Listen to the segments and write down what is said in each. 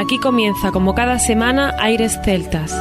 Aquí comienza, como cada semana, Aires Celtas.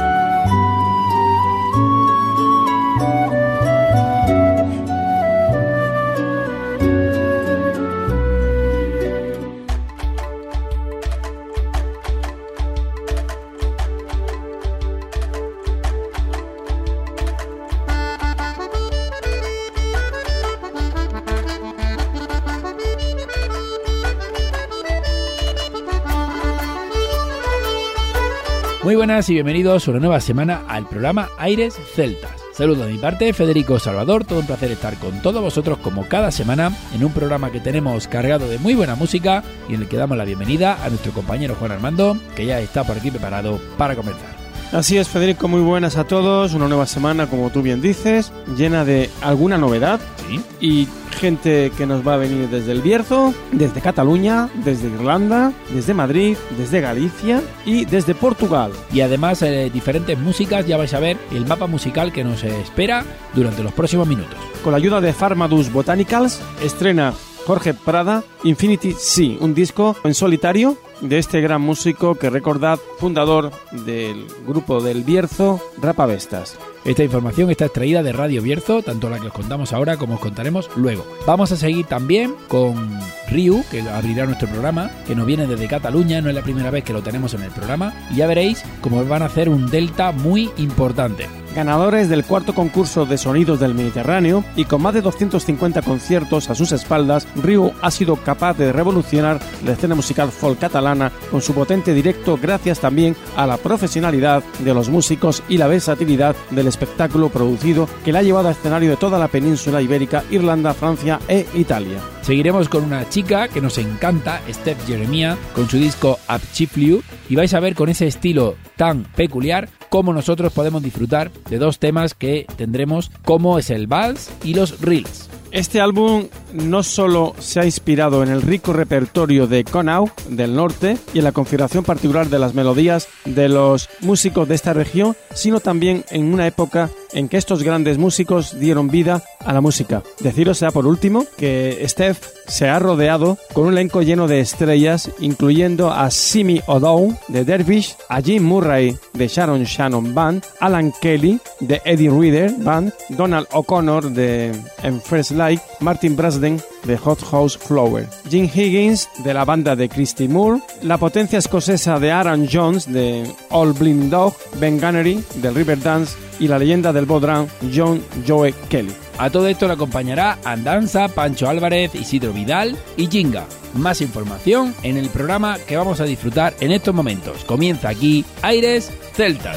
Muy buenas y bienvenidos una nueva semana al programa Aires Celtas. Saludos de mi parte, Federico Salvador, todo un placer estar con todos vosotros como cada semana en un programa que tenemos cargado de muy buena música y en el que damos la bienvenida a nuestro compañero Juan Armando, que ya está por aquí preparado para comenzar. Así es, Federico, muy buenas a todos, una nueva semana, como tú bien dices, llena de alguna novedad. Sí. Y gente que nos va a venir desde El Bierzo, desde Cataluña, desde Irlanda, desde Madrid, desde Galicia y desde Portugal. Y además diferentes músicas, ya vais a ver el mapa musical que nos espera durante los próximos minutos. Con la ayuda de Pharmadus Botanicals estrena Jorge Prada Infinity Sea, un disco en solitario de este gran músico que, recordad, fundador del grupo del Bierzo, Rapavestas. Esta información está extraída de Radio Bierzo, tanto la que os contamos ahora como os contaremos luego. Vamos a seguir también con Riu, que abrirá nuestro programa, que nos viene desde Cataluña, no es la primera vez que lo tenemos en el programa, y ya veréis cómo van a hacer un delta muy importante. Ganadores del cuarto concurso de sonidos del Mediterráneo y con más de 250 conciertos a sus espaldas, Riu ha sido capaz de revolucionar la escena musical folk catalana con su potente directo, gracias también a la profesionalidad de los músicos y la versatilidad del espectáculo producido que le ha llevado a escenario de toda la península ibérica, Irlanda, Francia e Italia. Seguiremos con una chica que nos encanta, Steph Jeremiah, con su disco Upchifliu, y vais a ver con ese estilo tan peculiar cómo nosotros podemos disfrutar de dos temas que tendremos, como es el vals y los reels. Este álbum no solo se ha inspirado en el rico repertorio de Connaught del norte y en la configuración particular de las melodías de los músicos de esta región, sino también en una época en que estos grandes músicos dieron vida a la música. Deciros ya por último que Steph se ha rodeado con un elenco lleno de estrellas, incluyendo a Simi O'Dowd de Dervish, a Jim Murray de Sharon Shannon Band, Alan Kelly de Eddie Reader Band, Donald O'Connor de First Light, Martin Brasden de Hot House Flower, Jim Higgins de la banda de Christy Moore, la potencia escocesa de Aaron Jones de All Blind Dog, Ben Gunnery del Riverdance y la leyenda del bodhrán John Joe Kelly. A todo esto le acompañará Andanza, Pancho Álvarez, Isidro Vidal y Jinga. Más información en el programa que vamos a disfrutar en estos momentos. Comienza aquí Aires Celtas.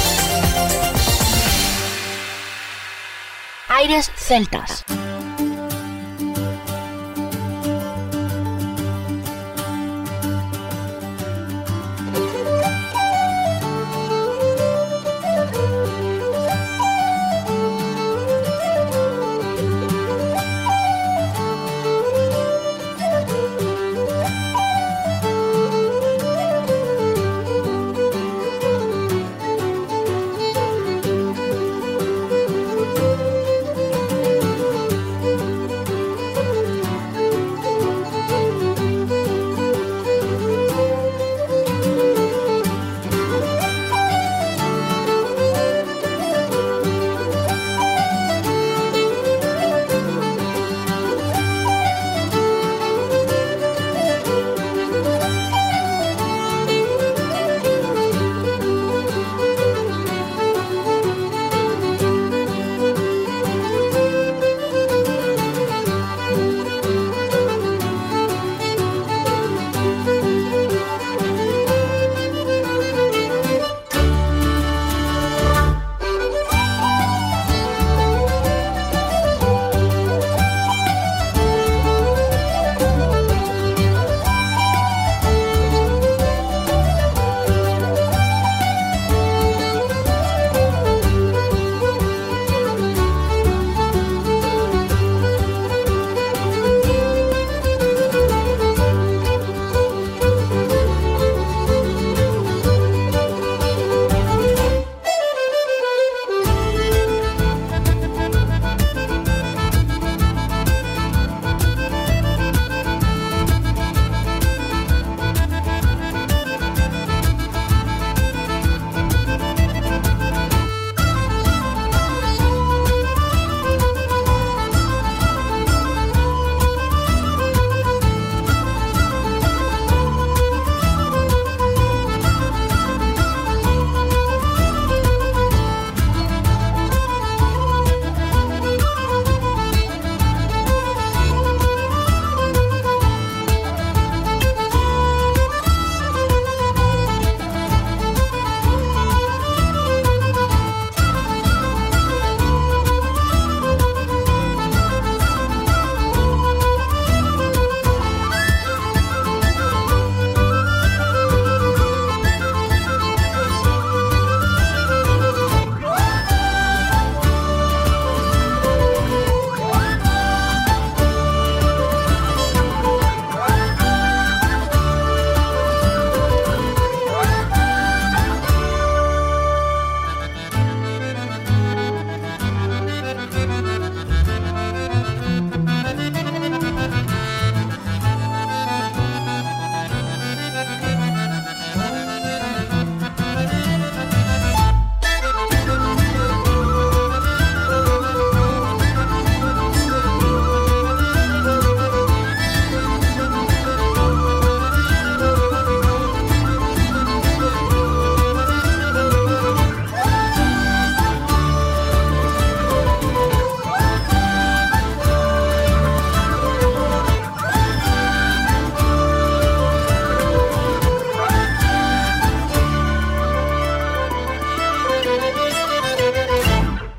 Aires Celtas.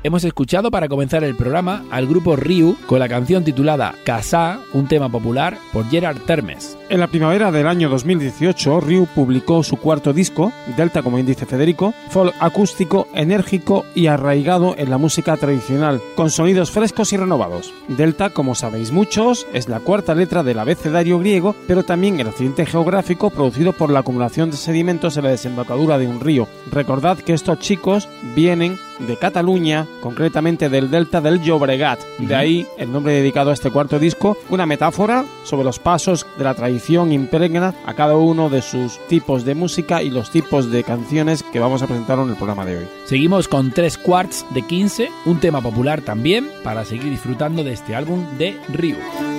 Hemos escuchado para comenzar el programa al grupo Ryu con la canción titulada Casa, un tema popular por Gerard Termes. En la primavera del año 2018, Ryu publicó su cuarto disco, Delta, como bien dice Federico, folk acústico, enérgico y arraigado en la música tradicional, con sonidos frescos y renovados. Delta, como sabéis muchos, es la cuarta letra del abecedario griego, pero también el accidente geográfico producido por la acumulación de sedimentos en la desembocadura de un río. Recordad que estos chicos vienen de Cataluña, concretamente del delta del Llobregat. De ahí el nombre dedicado a este cuarto disco, una metáfora sobre los pasos de la tradición impregna a cada uno de sus tipos de música y los tipos de canciones que vamos a presentar en el programa de hoy. Seguimos con 3 quarts de 15, un tema popular también, para seguir disfrutando de este álbum de Ryu.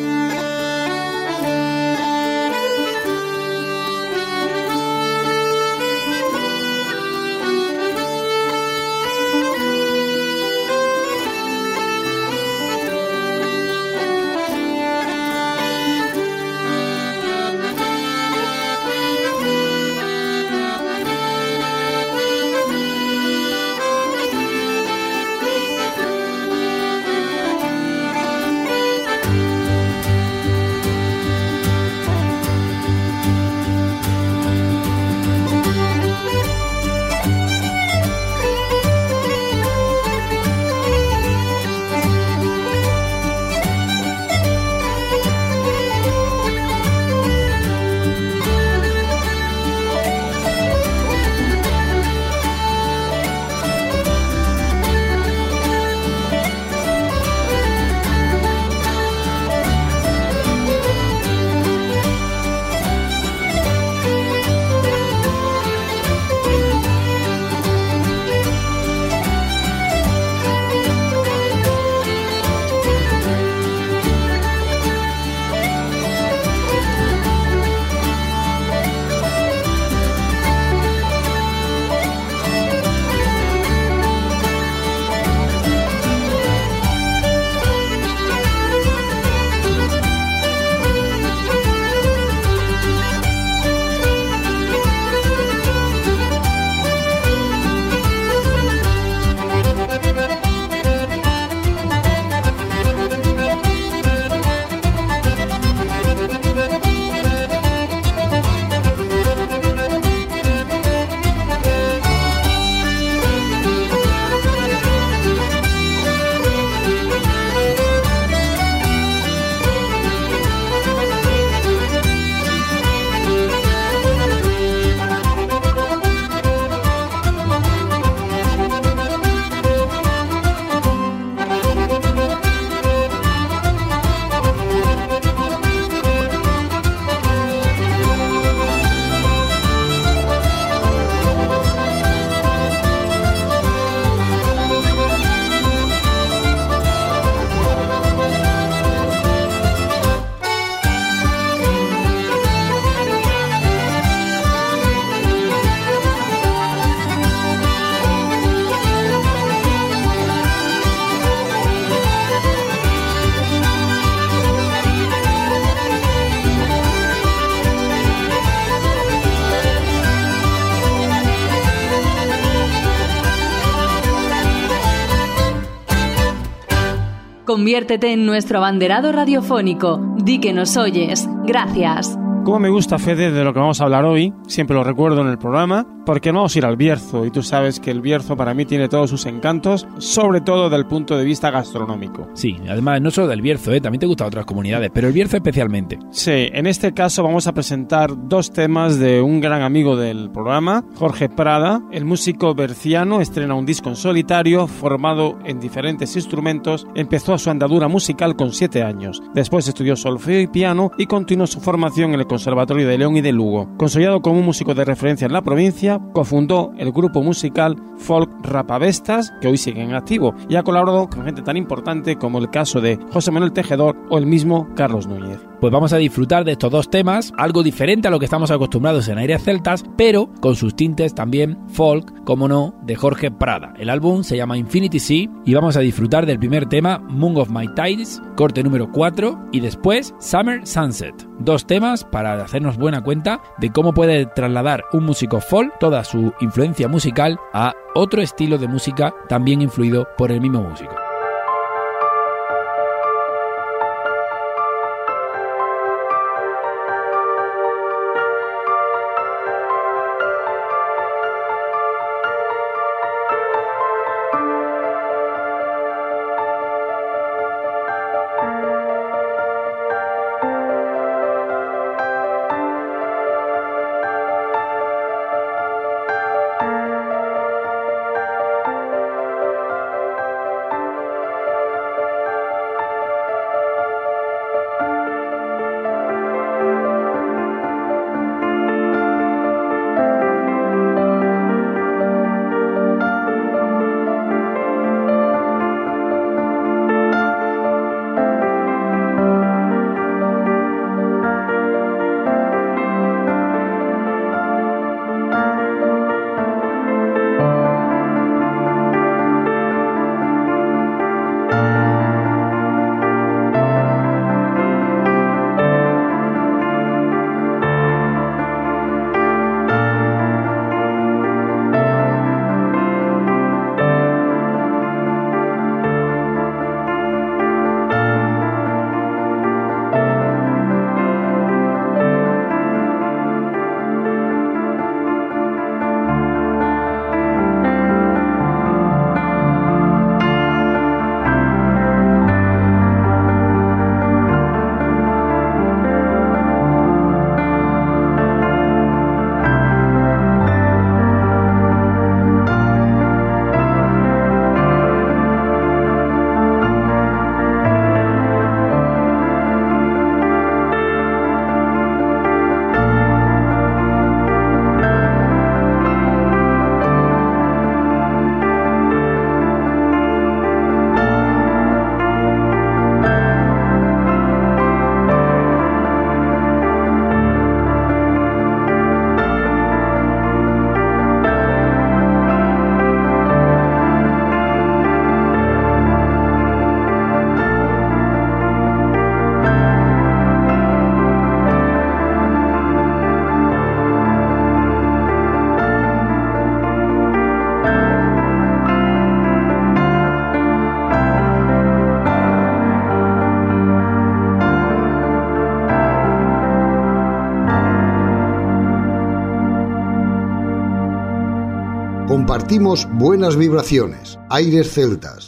Conviértete en nuestro abanderado radiofónico. Di que nos oyes. Gracias. Como me gusta, Fede, de lo que vamos a hablar hoy, siempre lo recuerdo en el programa, porque vamos a ir al Bierzo, y tú sabes que el Bierzo para mí tiene todos sus encantos, sobre todo desde el punto de vista gastronómico. Sí, además no solo del Bierzo, también te gustan otras comunidades, pero el Bierzo especialmente. Sí, en este caso vamos a presentar 2 temas de un gran amigo del programa, Jorge Prada. El músico berciano estrena un disco en solitario, formado en diferentes instrumentos. Empezó su andadura musical con 7 años. Después estudió solfeo y piano y continuó su formación en el Conservatorio de León y de Lugo. Consolidado como un músico de referencia en la provincia, cofundó el grupo musical Folk Rapavestas, que hoy sigue en activo, y ha colaborado con gente tan importante como el caso de José Manuel Tejedor o el mismo Carlos Núñez. pues vamos a disfrutar de estos dos temas, algo diferente a lo que estamos acostumbrados en Aires Celtas, pero con sus tintes también folk, como no, de Jorge Prada. El álbum se llama Infinity Sea y vamos a disfrutar del primer tema, Moon of My Tides, corte número 4, y después Summer Sunset. Dos temas para hacernos buena cuenta de cómo puede trasladar un músico folk toda su influencia musical a otro estilo de música también influido por el mismo músico. Compartimos buenas vibraciones. Aires Celtas.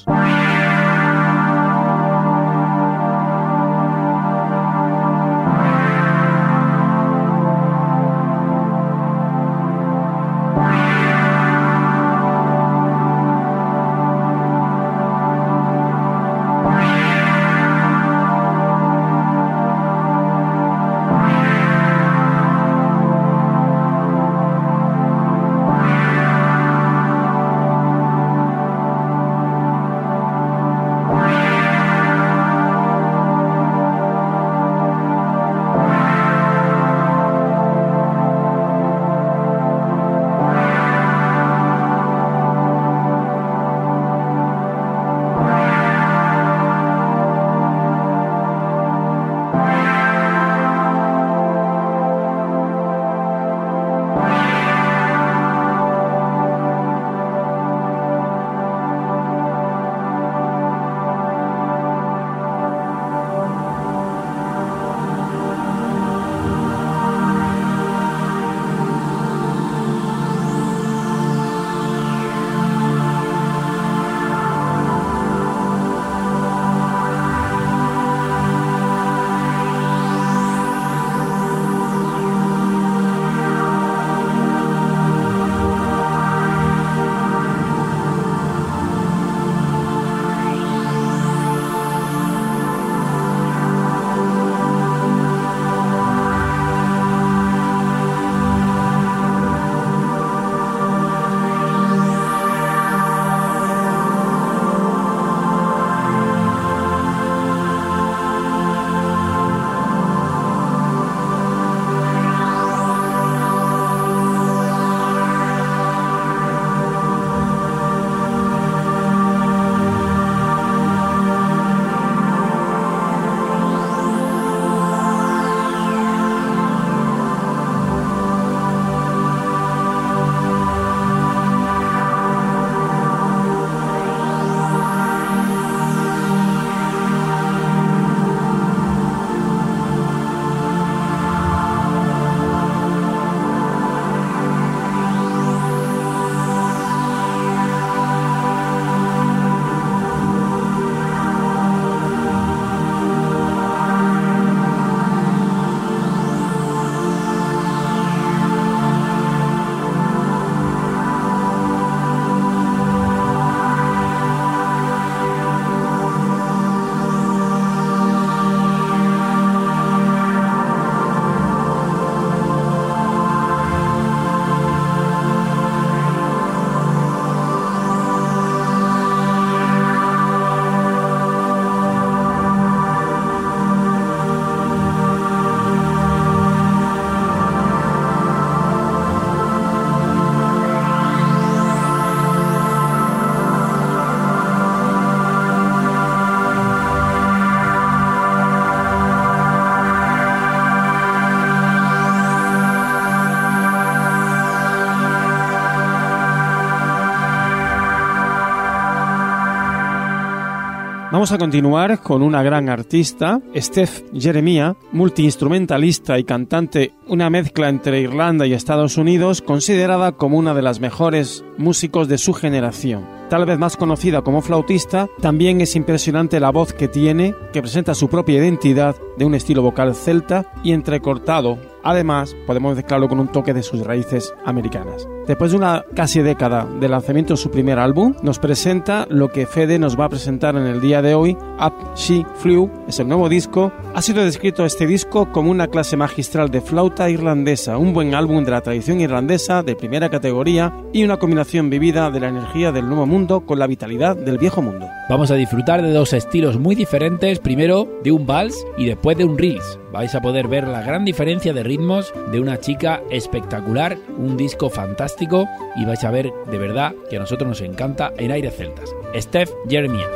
Vamos a continuar con una gran artista, Steph Jeremiah, multiinstrumentalista y cantante, una mezcla entre Irlanda y Estados Unidos, considerada como una de las mejores músicos de su generación. Tal vez más conocida como flautista, también es impresionante la voz que tiene, que presenta su propia identidad de un estilo vocal celta y entrecortado. Además, podemos mezclarlo con un toque de sus raíces americanas. Después de una casi década de lanzamiento de su primer álbum, nos presenta lo que Fede nos va a presentar en el día de hoy, Up She Flew, es el nuevo disco. Ha sido descrito este disco como una clase magistral de flauta irlandesa, un buen álbum de la tradición irlandesa de primera categoría y una combinación vivida de la energía del nuevo mundo con la vitalidad del viejo mundo. Vamos a disfrutar de dos estilos muy diferentes, primero de un vals y después de un reels. Vais a poder ver la gran diferencia de ritmos de una chica espectacular, un disco fantástico y vais a ver de verdad que a nosotros nos encanta en Aires Celtas. Steph Jeremiah.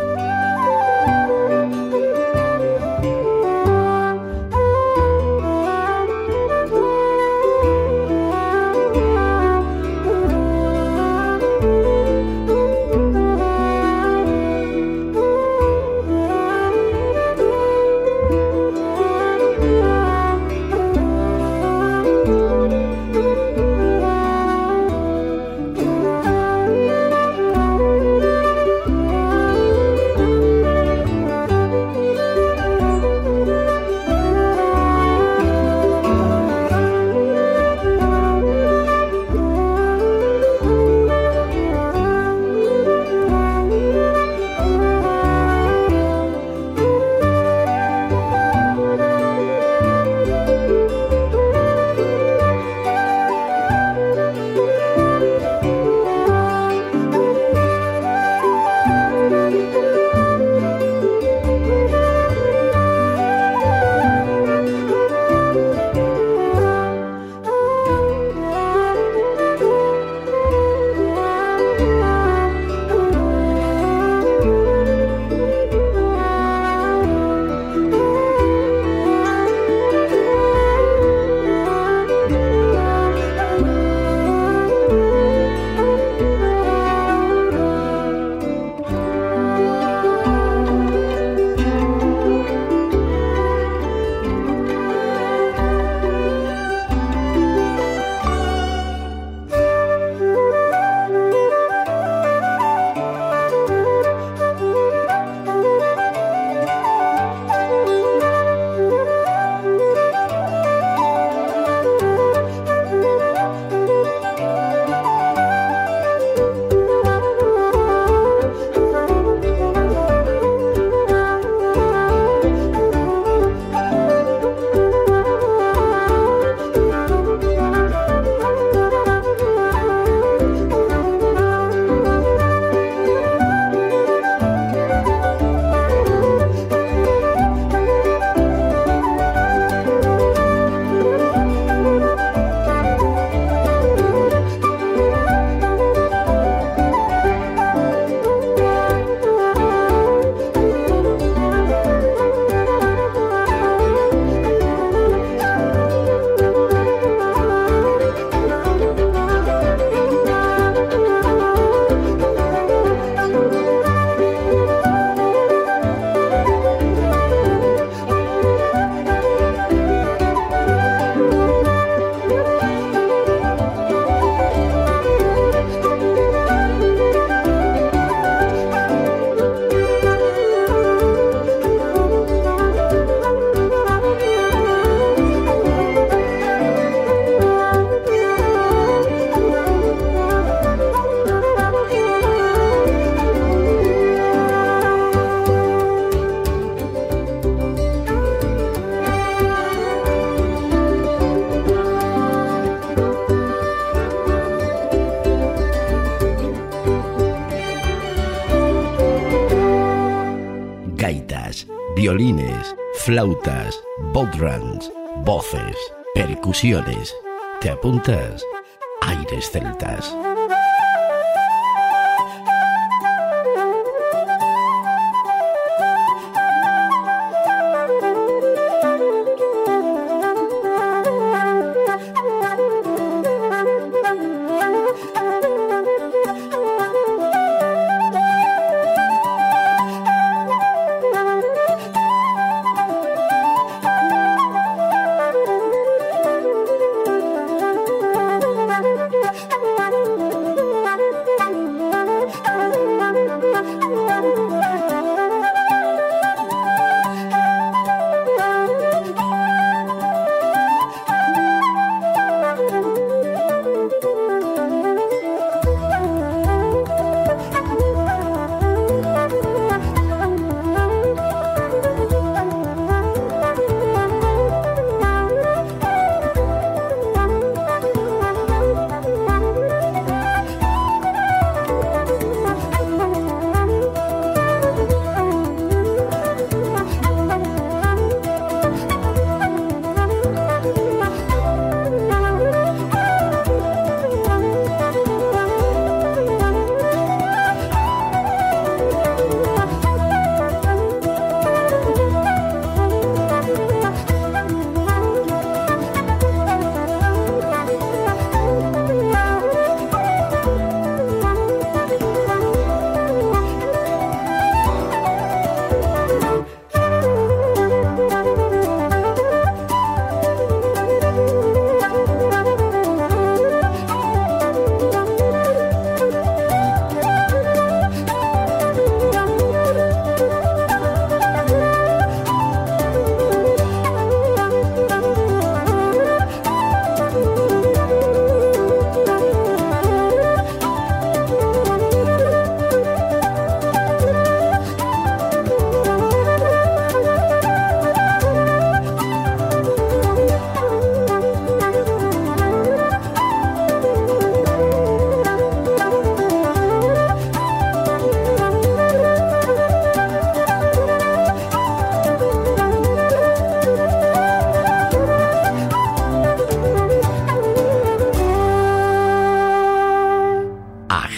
violines, flautas, bodhrans, voces, percusiones. ¿Te apuntas? Aires Celtas.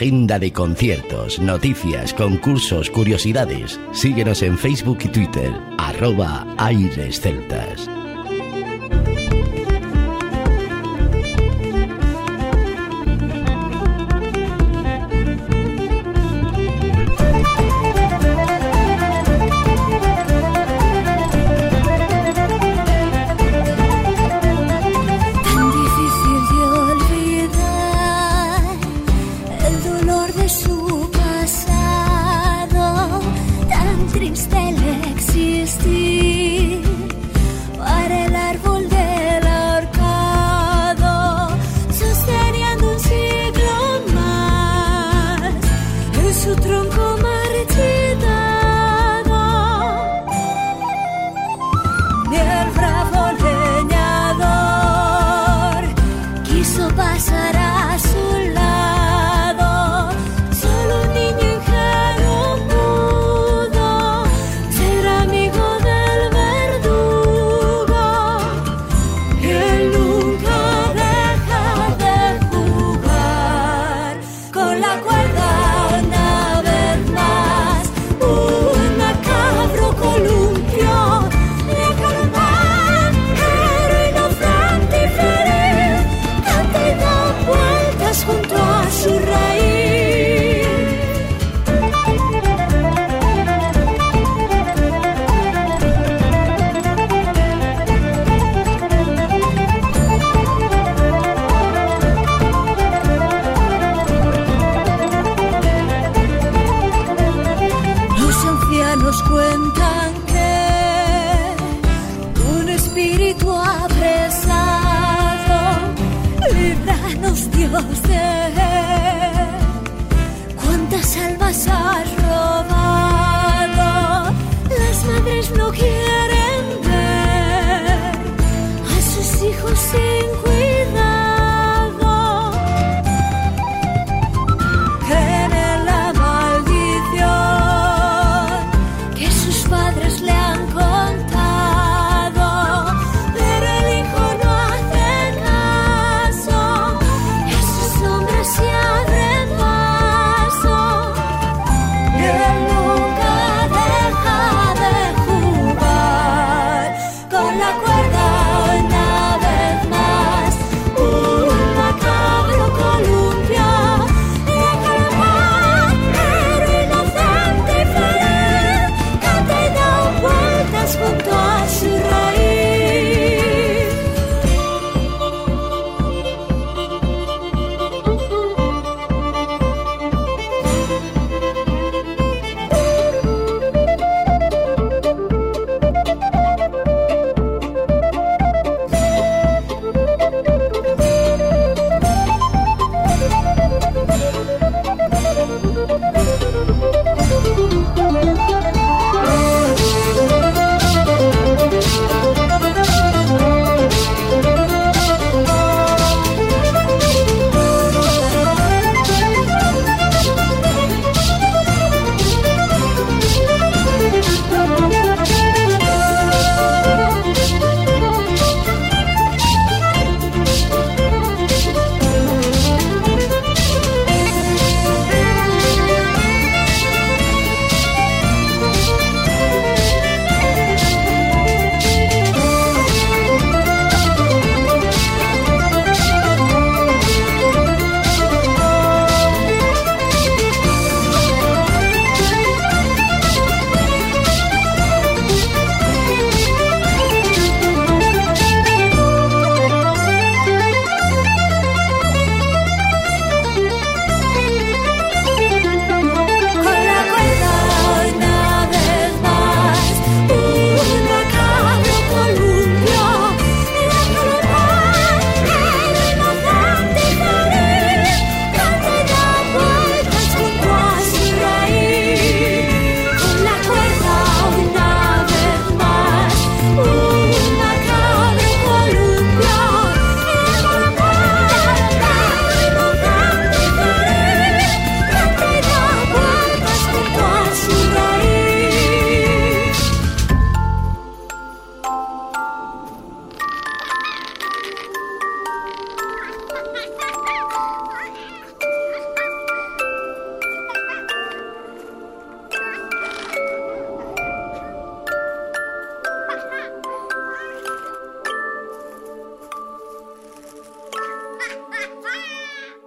agenda de conciertos, noticias, concursos, curiosidades. Síguenos en Facebook y Twitter, @airesceltas.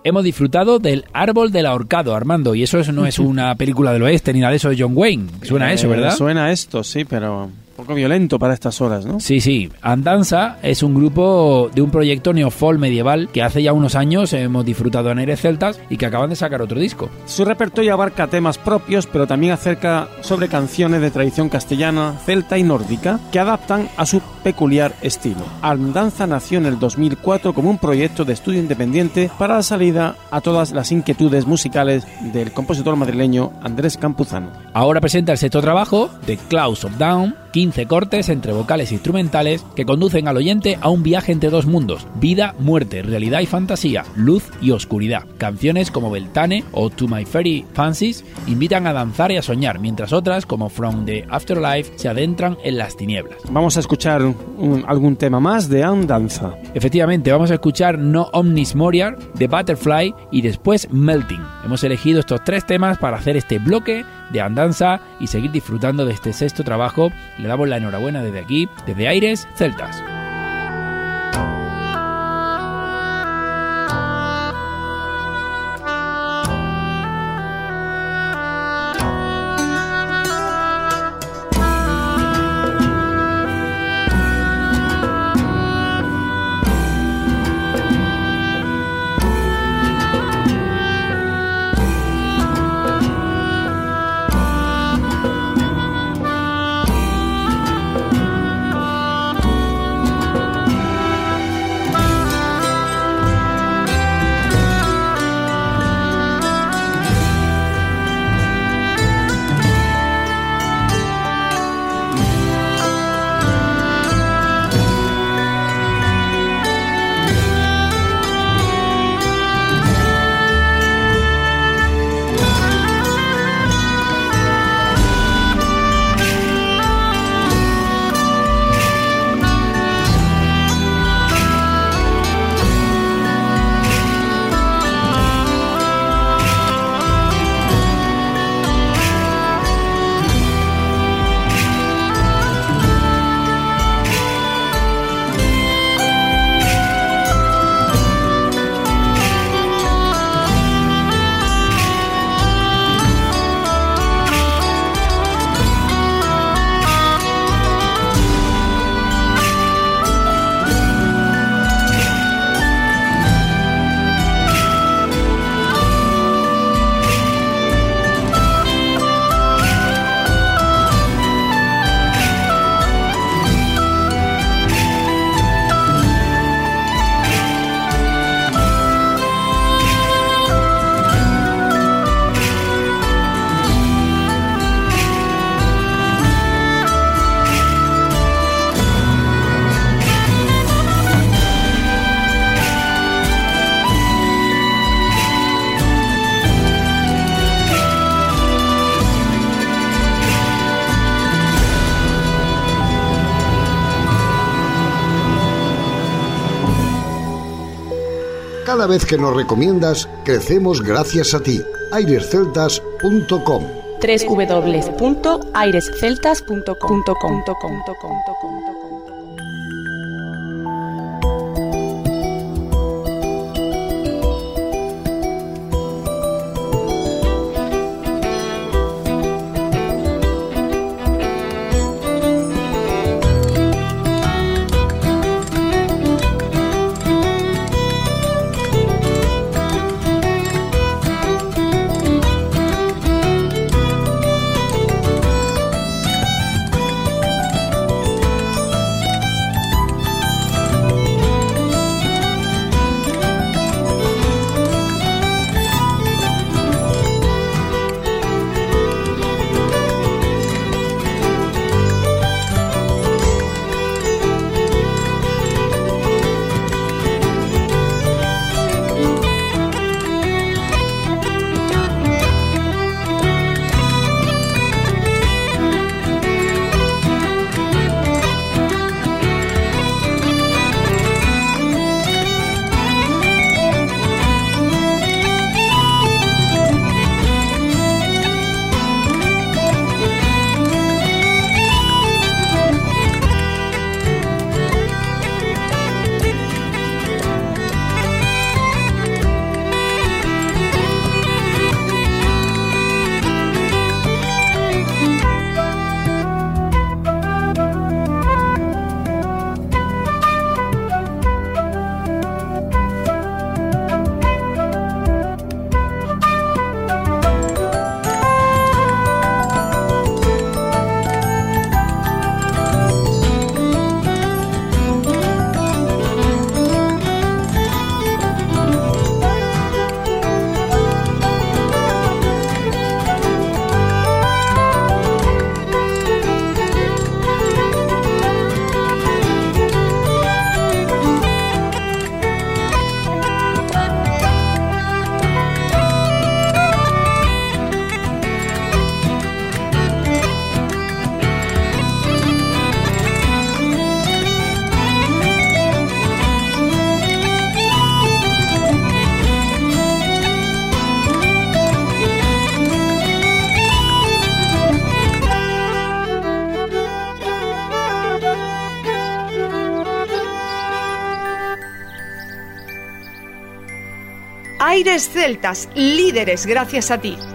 hemos disfrutado del Árbol del Ahorcado, Armando, y eso no es una película del oeste ni nada de eso de John Wayne. Suena a eso, ¿verdad? Suena a esto, sí, pero un poco violento para estas horas, ¿no? Sí. Andanza es un grupo de un proyecto neofolk medieval que hace ya unos años hemos disfrutado en Aires Celtas y que acaban de sacar otro disco. Su repertorio abarca temas propios, pero también acerca sobre canciones de tradición castellana, celta y nórdica que adaptan a su peculiar estilo. Andanza nació en el 2004 como un proyecto de estudio independiente para la salida a todas las inquietudes musicales del compositor madrileño Andrés Campuzano. Ahora presenta el sexto trabajo, The Clouds of Dawn, 15 cortes entre vocales e instrumentales que conducen al oyente a un viaje entre dos mundos: vida, muerte, realidad y fantasía, luz y oscuridad. Canciones como Beltane o To My Fairy Fancies invitan a danzar y a soñar, mientras otras, como From the Afterlife, se adentran en las tinieblas. Vamos a escuchar algún tema más de Andanza. Efectivamente, vamos a escuchar No Omnis Moriar, de Butterfly y después Melting. Hemos elegido estos 3 temas para hacer este bloque de Andanza y seguir disfrutando de este sexto trabajo. Le damos la enhorabuena desde aquí, desde Aires Celtas. Cada vez que nos recomiendas, crecemos gracias a ti. airesceltas.com www.airesceltas.com. Aires Celtas, líderes gracias a ti.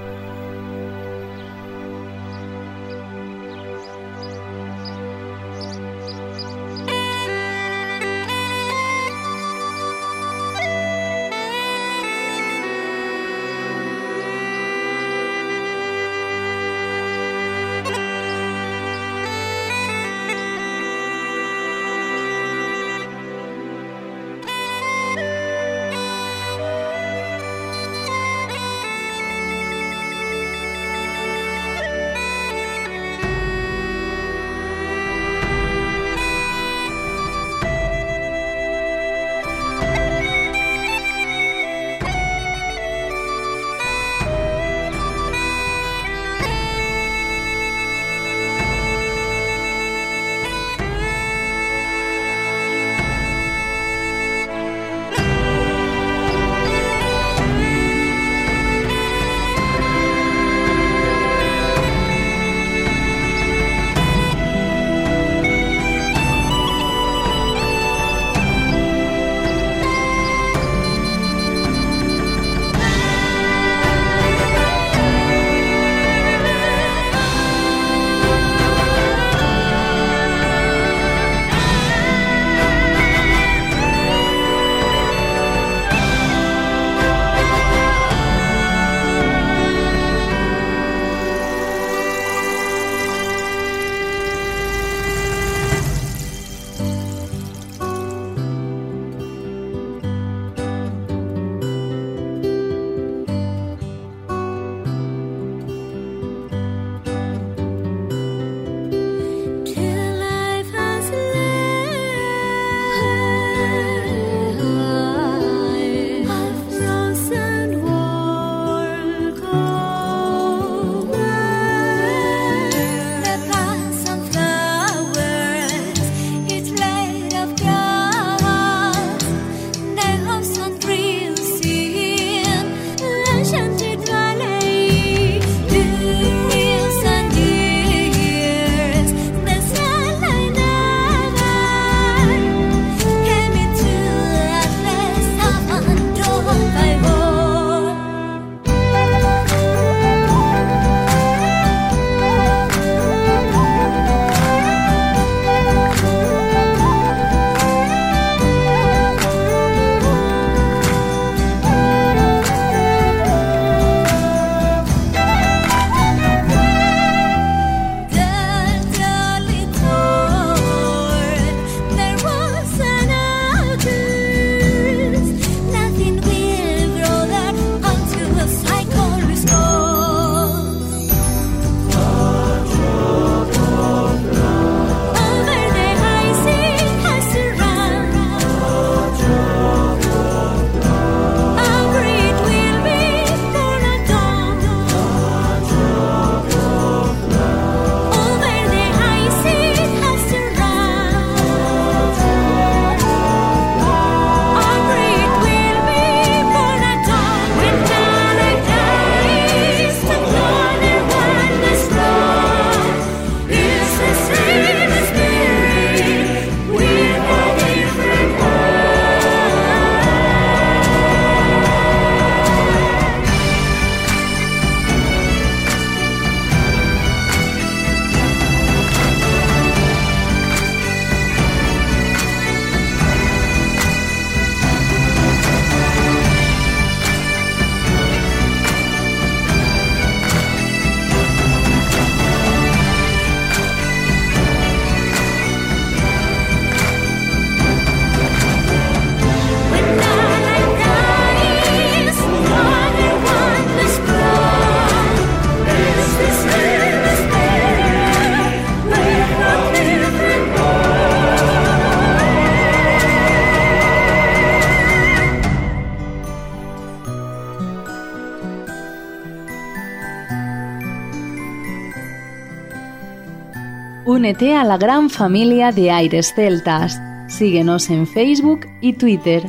Únete a la gran familia de Aires Celtas. Síguenos en Facebook y Twitter,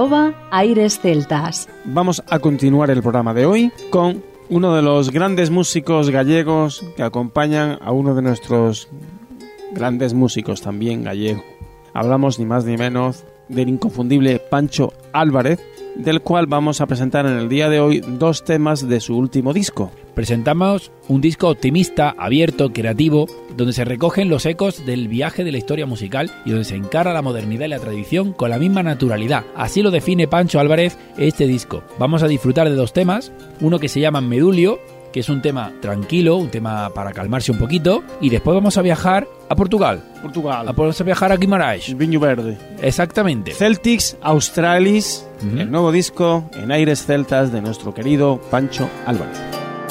@airesceltas. Vamos a continuar el programa de hoy con uno de los grandes músicos gallegos que acompañan a uno de nuestros grandes músicos también gallego. Hablamos ni más ni menos del inconfundible Pancho Álvarez, del cual vamos a presentar en el día de hoy 2 temas de su último disco. Presentamos un disco optimista, abierto, creativo, donde se recogen los ecos del viaje de la historia musical y donde se encara la modernidad y la tradición con la misma naturalidad. Así lo define Pancho Álvarez este disco. Vamos a disfrutar de 2 temas, uno que se llama Medulio, que es un tema tranquilo, un tema para calmarse un poquito, y después vamos a viajar a Portugal. Vamos a viajar a Guimarães. Viño Verde. Exactamente. Celtics Australis, el nuevo disco en aires celtas de nuestro querido Pancho Álvarez.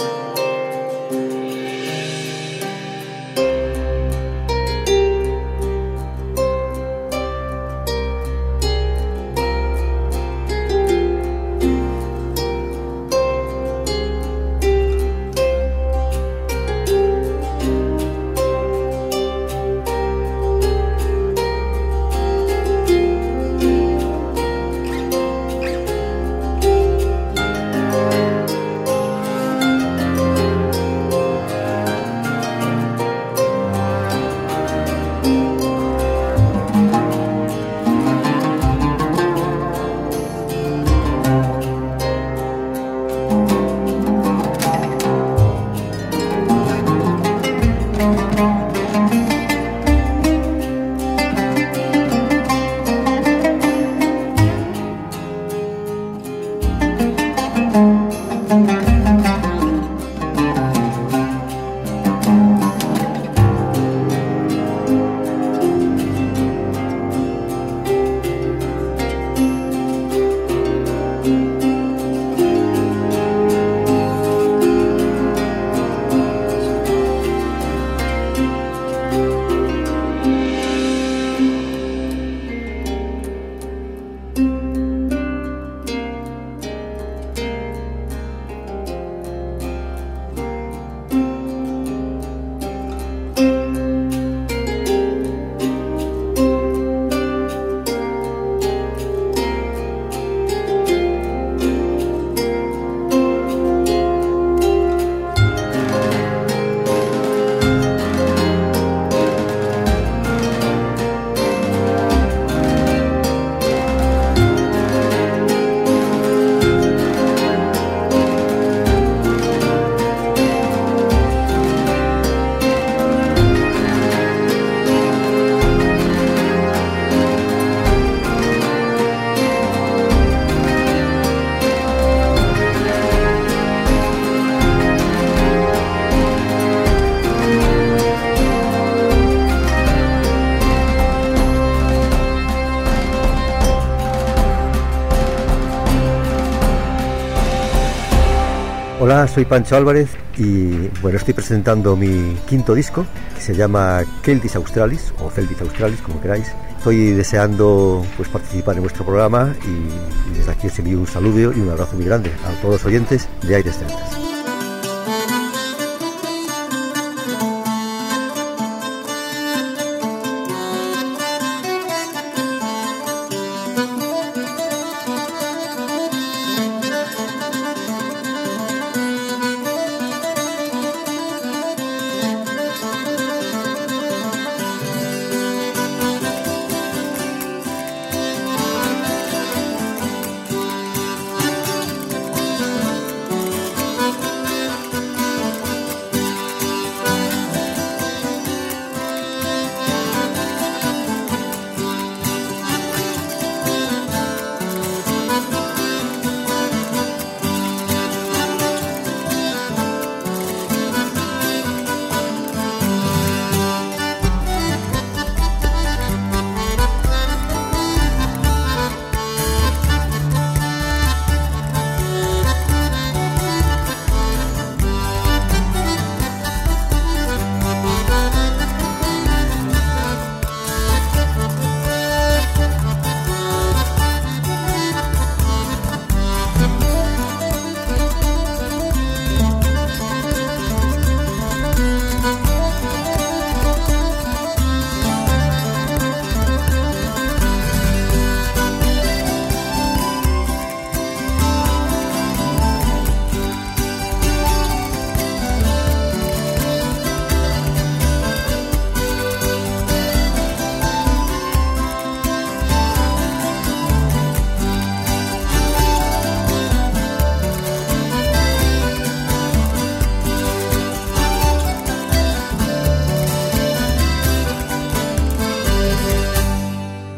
Hola, soy Pancho Álvarez y bueno, estoy presentando mi 5º disco que se llama Celtics Australis o Celtics Australis, como queráis. Estoy deseando pues participar en vuestro programa y desde aquí os envío un saludo y un abrazo muy grande a todos los oyentes de Aires Celtas.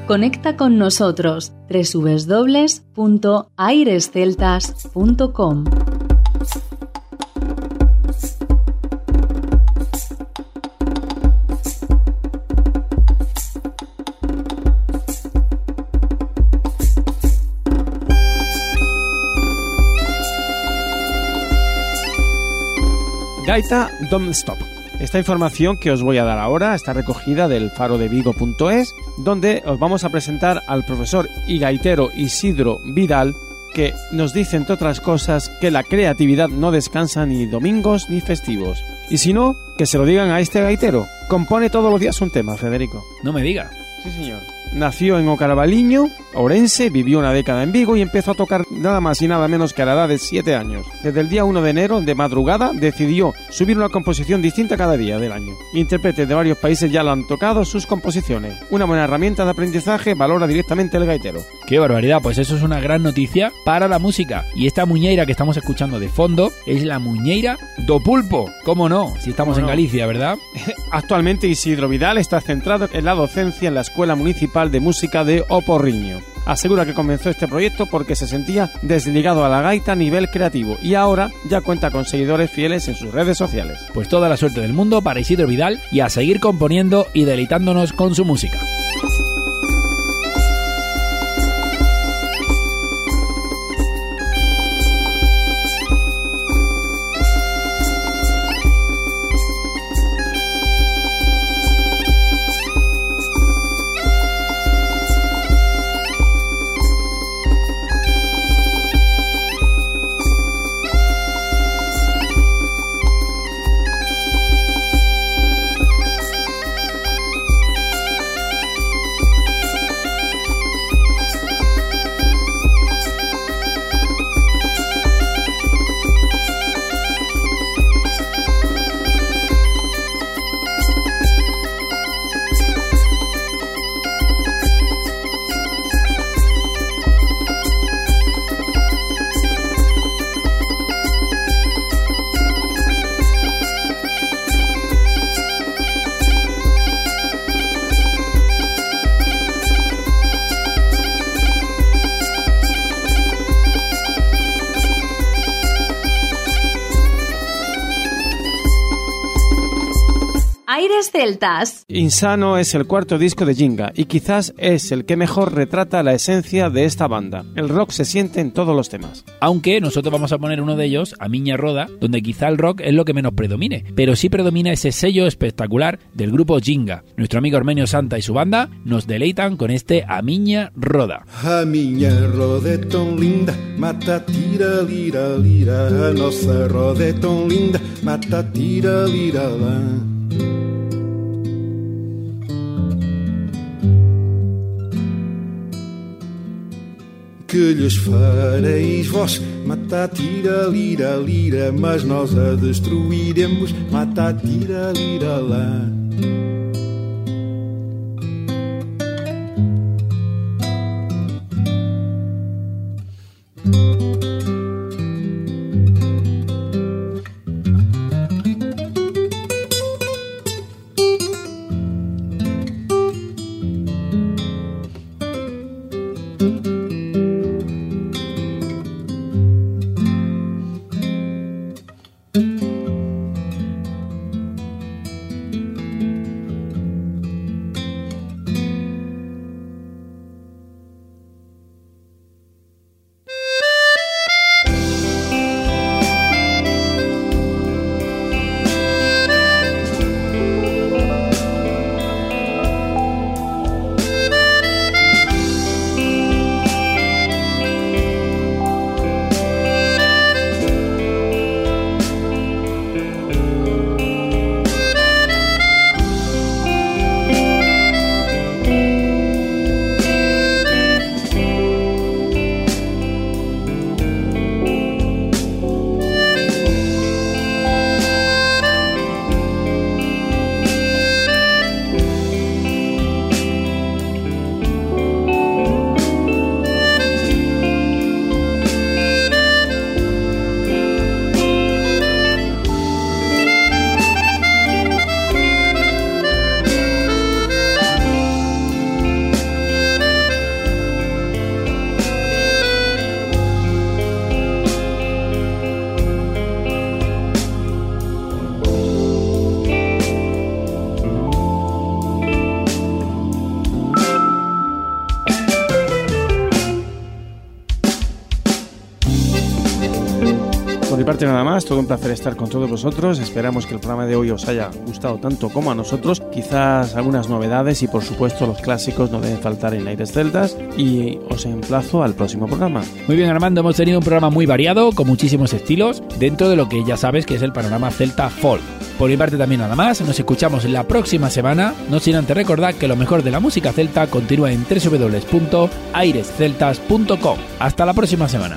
Conecta con nosotros www.airesceltas.com. Gaita Don't Stop. Esta información que os voy a dar ahora está recogida del farodevigo.es, donde os vamos a presentar al profesor y gaitero Isidro Vidal, que nos dice, entre otras cosas, que la creatividad no descansa ni domingos ni festivos. Y si no, que se lo digan a este gaitero. Compone todos los días un tema, Federico. No me diga. Sí, señor. Nació en Ocarabaliño, Ourense, vivió una década en Vigo y empezó a tocar nada más y nada menos que a la edad de 7 años. Desde el día 1 de enero, de madrugada, decidió subir una composición distinta cada día del año. Intérpretes de varios países ya lo han tocado sus composiciones. Una buena herramienta de aprendizaje, valora directamente el gaitero. ¡Qué barbaridad! Pues eso es una gran noticia para la música. Y esta muñeira que estamos escuchando de fondo es la muñeira do pulpo. ¿Cómo no? Si estamos en Galicia, ¿verdad? Actualmente Isidro Vidal está centrado en la docencia en la Escuela Municipal de Música de Oporriño. Asegura que comenzó este proyecto porque se sentía desligado a la gaita a nivel creativo y ahora ya cuenta con seguidores fieles en sus redes sociales. Pues toda la suerte del mundo para Isidro Vidal y a seguir componiendo y deleitándonos con su música. Aires Celtas. Insano es el cuarto disco de Jinga y quizás es el que mejor retrata la esencia de esta banda. El rock se siente en todos los temas. Aunque nosotros vamos a poner uno de ellos, A Miña Roda, donde quizá el rock es lo que menos predomine, pero sí predomina ese sello espectacular del grupo Jinga. Nuestro amigo Armenio Santa y su banda nos deleitan con este A Miña Roda. A miña roda é tão linda, mata, tira, lira, lira. A nossa roda é tão linda, mata, tira, lira, lá. Que lhes fareis vós, mata, tira, lira, lira. Mas nós a destruiremos, mata, tira, lira, lá. parte nada más, todo un placer estar con todos vosotros. Esperamos que el programa de hoy os haya gustado tanto como a nosotros. Quizás algunas novedades y por supuesto los clásicos no deben faltar en Aires Celtas, y os emplazo al próximo programa. Muy bien, Armando, hemos tenido un programa muy variado con muchísimos estilos dentro de lo que ya sabes que es el panorama celta folk. Por mi parte también nada más, nos escuchamos la próxima semana, no sin antes recordar que lo mejor de la música celta continúa en www.airesceltas.com. Hasta la próxima semana.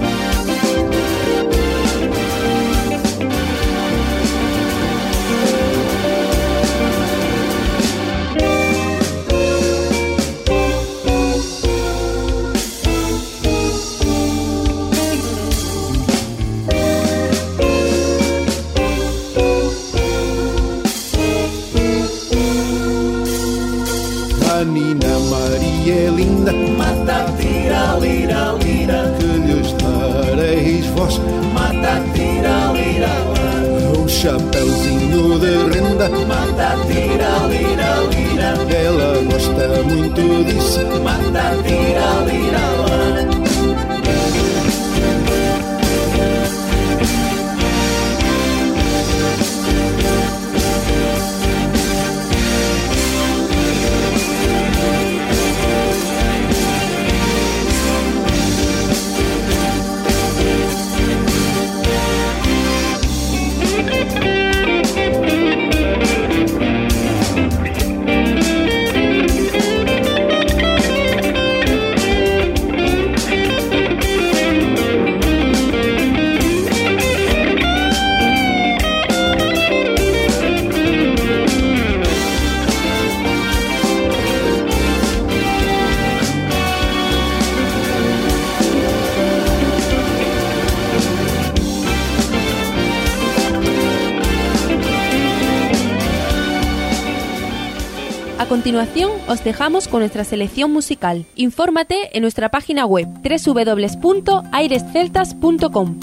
Nina Maria linda, mata, tira, lira, lira, que lhes dareis vós, mata, tira, lira, lira, um chapeuzinho de renda, mata, tira, lira, lira, ela gosta muito disso, mata, tira, lira, lira. A continuación, os dejamos con nuestra selección musical. Infórmate en nuestra página web www.airesceltas.com.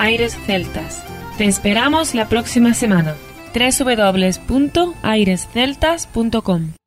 Aires Celtas. Te esperamos la próxima semana. www.airesceltas.com